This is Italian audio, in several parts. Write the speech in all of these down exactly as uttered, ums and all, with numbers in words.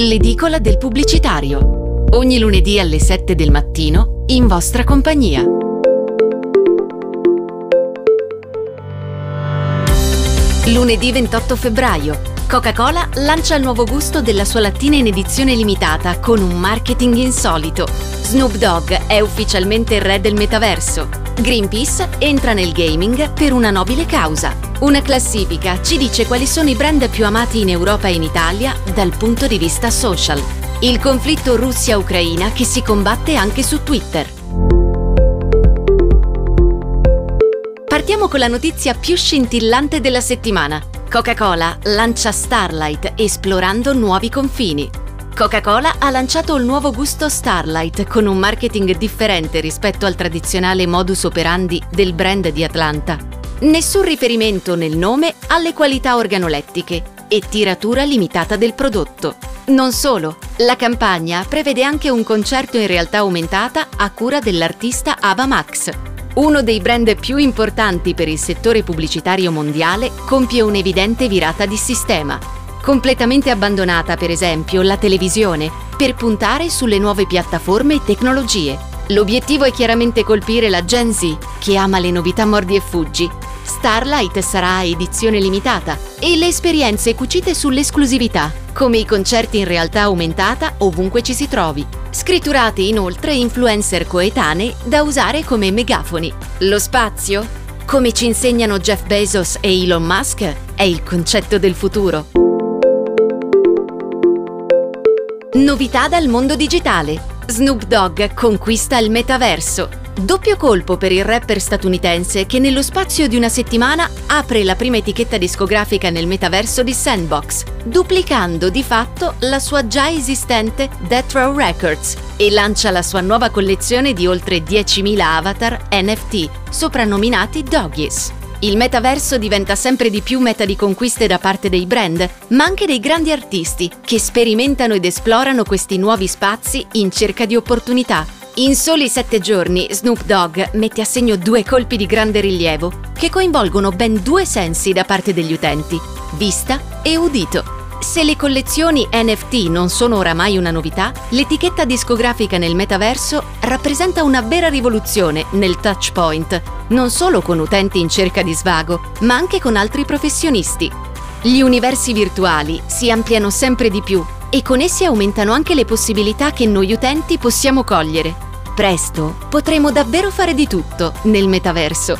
L'edicola del pubblicitario. Ogni lunedì alle sette del mattino in vostra compagnia. Lunedì ventotto febbraio. Coca-Cola lancia il nuovo gusto della sua lattina in edizione limitata con un marketing insolito. Snoop Dogg è ufficialmente il re del metaverso. Greenpeace entra nel gaming per una nobile causa. Una classifica ci dice quali sono i brand più amati in Europa e in Italia dal punto di vista social. Il conflitto Russia-Ucraina che si combatte anche su Twitter. Partiamo con la notizia più scintillante della settimana. Coca-Cola lancia Starlight esplorando nuovi confini. Coca-Cola ha lanciato il nuovo gusto Starlight con un marketing differente rispetto al tradizionale modus operandi del brand di Atlanta. Nessun riferimento nel nome alle qualità organolettiche e tiratura limitata del prodotto. Non solo, la campagna prevede anche un concerto in realtà aumentata a cura dell'artista Ava Max. Uno dei brand più importanti per il settore pubblicitario mondiale compie un'evidente virata di sistema. Completamente abbandonata, per esempio, la televisione per puntare sulle nuove piattaforme e tecnologie. L'obiettivo è chiaramente colpire la Gen Z, che ama le novità mordi e fuggi. Starlight sarà a edizione limitata e le esperienze cucite sull'esclusività, come i concerti in realtà aumentata ovunque ci si trovi. Scritturati inoltre influencer coetanei da usare come megafoni. Lo spazio? Come ci insegnano Jeff Bezos e Elon Musk, è il concetto del futuro. Novità dal mondo digitale. Snoop Dogg conquista il metaverso. Doppio colpo per il rapper statunitense che nello spazio di una settimana apre la prima etichetta discografica nel metaverso di Sandbox, duplicando di fatto la sua già esistente Death Row Records e lancia la sua nuova collezione di oltre diecimila avatar N F T, soprannominati Doggies. Il metaverso diventa sempre di più meta di conquiste da parte dei brand, ma anche dei grandi artisti che sperimentano ed esplorano questi nuovi spazi in cerca di opportunità. In soli sette giorni Snoop Dogg mette a segno due colpi di grande rilievo che coinvolgono ben due sensi da parte degli utenti, vista e udito. Se le collezioni N F T non sono oramai una novità, l'etichetta discografica nel metaverso rappresenta una vera rivoluzione nel touch point, non solo con utenti in cerca di svago, ma anche con altri professionisti. Gli universi virtuali si ampliano sempre di più e con essi aumentano anche le possibilità che noi utenti possiamo cogliere. Presto potremo davvero fare di tutto nel metaverso.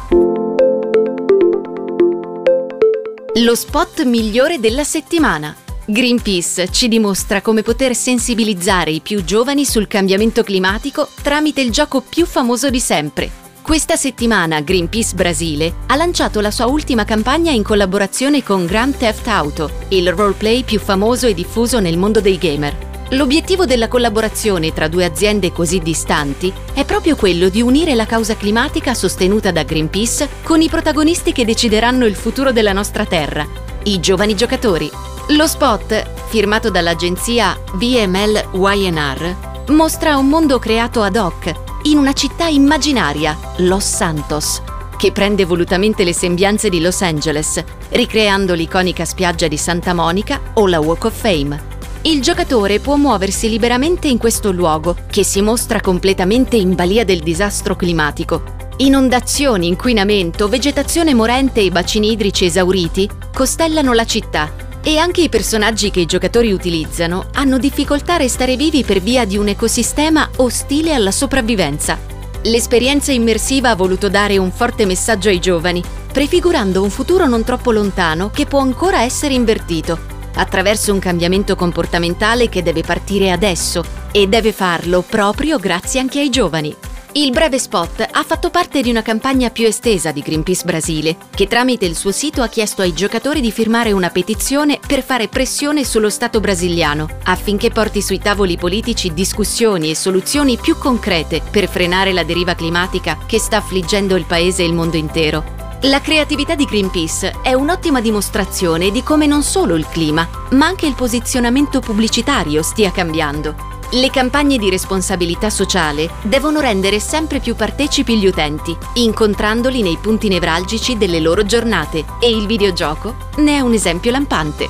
Lo spot migliore della settimana. Greenpeace ci dimostra come poter sensibilizzare i più giovani sul cambiamento climatico tramite il gioco più famoso di sempre. Questa settimana Greenpeace Brasile ha lanciato la sua ultima campagna in collaborazione con Grand Theft Auto, il roleplay più famoso e diffuso nel mondo dei gamer. L'obiettivo della collaborazione tra due aziende così distanti è proprio quello di unire la causa climatica sostenuta da Greenpeace con i protagonisti che decideranno il futuro della nostra terra, i giovani giocatori. Lo spot, firmato dall'agenzia V M L Y N R, mostra un mondo creato ad hoc in una città immaginaria, Los Santos, che prende volutamente le sembianze di Los Angeles, ricreando l'iconica spiaggia di Santa Monica o la Walk of Fame. Il giocatore può muoversi liberamente in questo luogo, che si mostra completamente in balia del disastro climatico. Inondazioni, inquinamento, vegetazione morente e bacini idrici esauriti costellano la città. E anche i personaggi che i giocatori utilizzano hanno difficoltà a restare vivi per via di un ecosistema ostile alla sopravvivenza. L'esperienza immersiva ha voluto dare un forte messaggio ai giovani, prefigurando un futuro non troppo lontano che può ancora essere invertito, attraverso un cambiamento comportamentale che deve partire adesso e deve farlo proprio grazie anche ai giovani. Il breve spot ha fatto parte di una campagna più estesa di Greenpeace Brasile, che tramite il suo sito ha chiesto ai giocatori di firmare una petizione per fare pressione sullo Stato brasiliano, affinché porti sui tavoli politici discussioni e soluzioni più concrete per frenare la deriva climatica che sta affliggendo il paese e il mondo intero. La creatività di Greenpeace è un'ottima dimostrazione di come non solo il clima, ma anche il posizionamento pubblicitario stia cambiando. Le campagne di responsabilità sociale devono rendere sempre più partecipi gli utenti, incontrandoli nei punti nevralgici delle loro giornate, e il videogioco ne è un esempio lampante.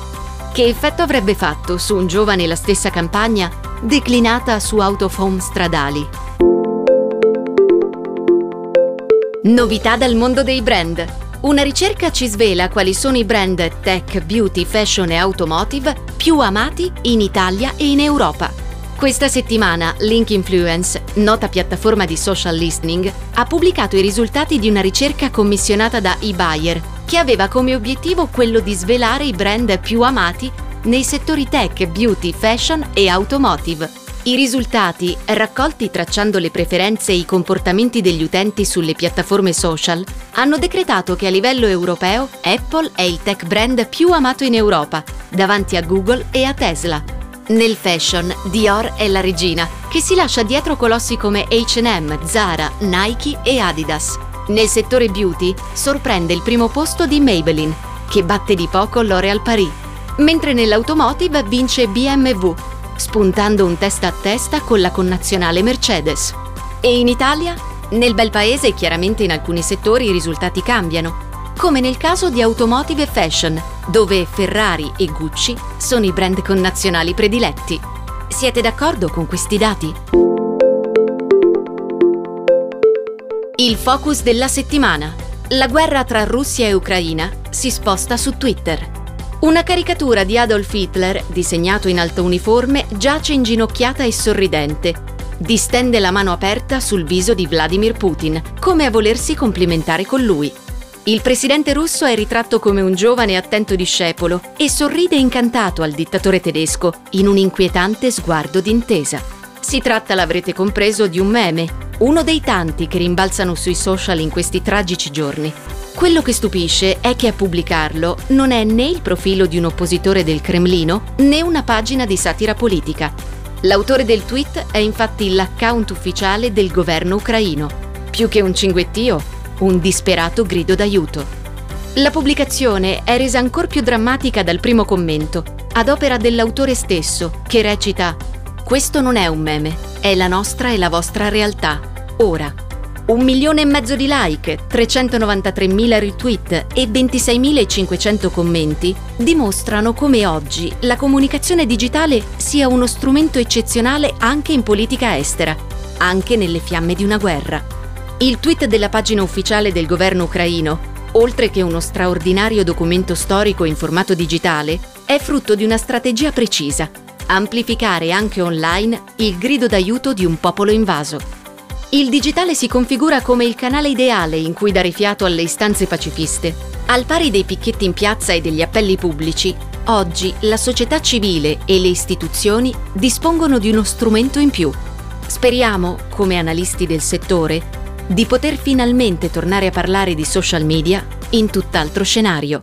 Che effetto avrebbe fatto su un giovane la stessa campagna declinata su out-of-home stradali? Novità dal mondo dei brand. Una ricerca ci svela quali sono i brand tech, beauty, fashion e automotive più amati in Italia e in Europa. Questa settimana Link Influence, nota piattaforma di social listening, ha pubblicato i risultati di una ricerca commissionata da eBuyer, che aveva come obiettivo quello di svelare i brand più amati nei settori tech, beauty, fashion e automotive. I risultati, raccolti tracciando le preferenze e i comportamenti degli utenti sulle piattaforme social, hanno decretato che a livello europeo Apple è il tech brand più amato in Europa, davanti a Google e a Tesla. Nel fashion, Dior è la regina, che si lascia dietro colossi come acca e emme, Zara, Nike e Adidas. Nel settore beauty, sorprende il primo posto di Maybelline, che batte di poco L'Oréal Paris, mentre nell'automotive vince B M W, spuntando un testa a testa con la connazionale Mercedes. E in Italia? Nel bel paese chiaramente in alcuni settori i risultati cambiano, come nel caso di automotive e fashion, dove Ferrari e Gucci sono i brand connazionali prediletti. Siete d'accordo con questi dati? Il focus della settimana. La guerra tra Russia e Ucraina si sposta su Twitter. Una caricatura di Adolf Hitler, disegnato in alta uniforme, giace inginocchiata e sorridente. Distende la mano aperta sul viso di Vladimir Putin, come a volersi complimentare con lui. Il presidente russo è ritratto come un giovane e attento discepolo e sorride incantato al dittatore tedesco in un inquietante sguardo d'intesa. Si tratta, l'avrete compreso, di un meme, uno dei tanti che rimbalzano sui social in questi tragici giorni. Quello che stupisce è che a pubblicarlo non è né il profilo di un oppositore del Cremlino né una pagina di satira politica. L'autore del tweet è infatti l'account ufficiale del governo ucraino. Più che un cinguettio, un disperato grido d'aiuto. La pubblicazione è resa ancor più drammatica dal primo commento, ad opera dell'autore stesso, che recita: «Questo non è un meme, è la nostra e la vostra realtà, ora». Un milione e mezzo di like, trecentonovantatremila retweet e ventiseimilacinquecento commenti dimostrano come oggi la comunicazione digitale sia uno strumento eccezionale anche in politica estera, anche nelle fiamme di una guerra. Il tweet della pagina ufficiale del governo ucraino, oltre che uno straordinario documento storico in formato digitale, è frutto di una strategia precisa: amplificare anche online il grido d'aiuto di un popolo invaso. Il digitale si configura come il canale ideale in cui dare fiato alle istanze pacifiste. Al pari dei picchetti in piazza e degli appelli pubblici, oggi la società civile e le istituzioni dispongono di uno strumento in più. Speriamo, come analisti del settore, di poter finalmente tornare a parlare di social media in tutt'altro scenario.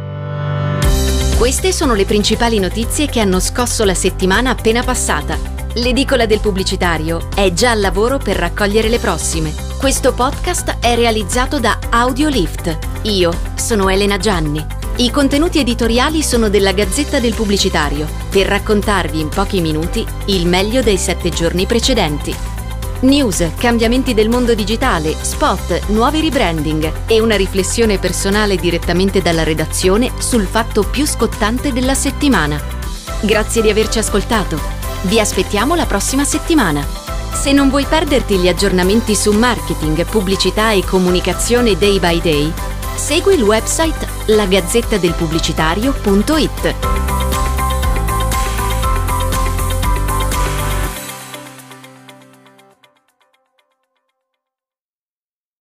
Queste sono le principali notizie che hanno scosso la settimana appena passata. L'edicola del pubblicitario è già al lavoro per raccogliere le prossime. Questo podcast è realizzato da Audiolift. Io sono Elena Gianni. I contenuti editoriali sono della Gazzetta del Pubblicitario, per raccontarvi in pochi minuti il meglio dei sette giorni precedenti. News, cambiamenti del mondo digitale, spot, nuovi rebranding e una riflessione personale direttamente dalla redazione sul fatto più scottante della settimana. Grazie di averci ascoltato. Vi aspettiamo la prossima settimana. Se non vuoi perderti gli aggiornamenti su marketing, pubblicità e comunicazione day by day, segui il website la gazzetta del pubblicitario punto it.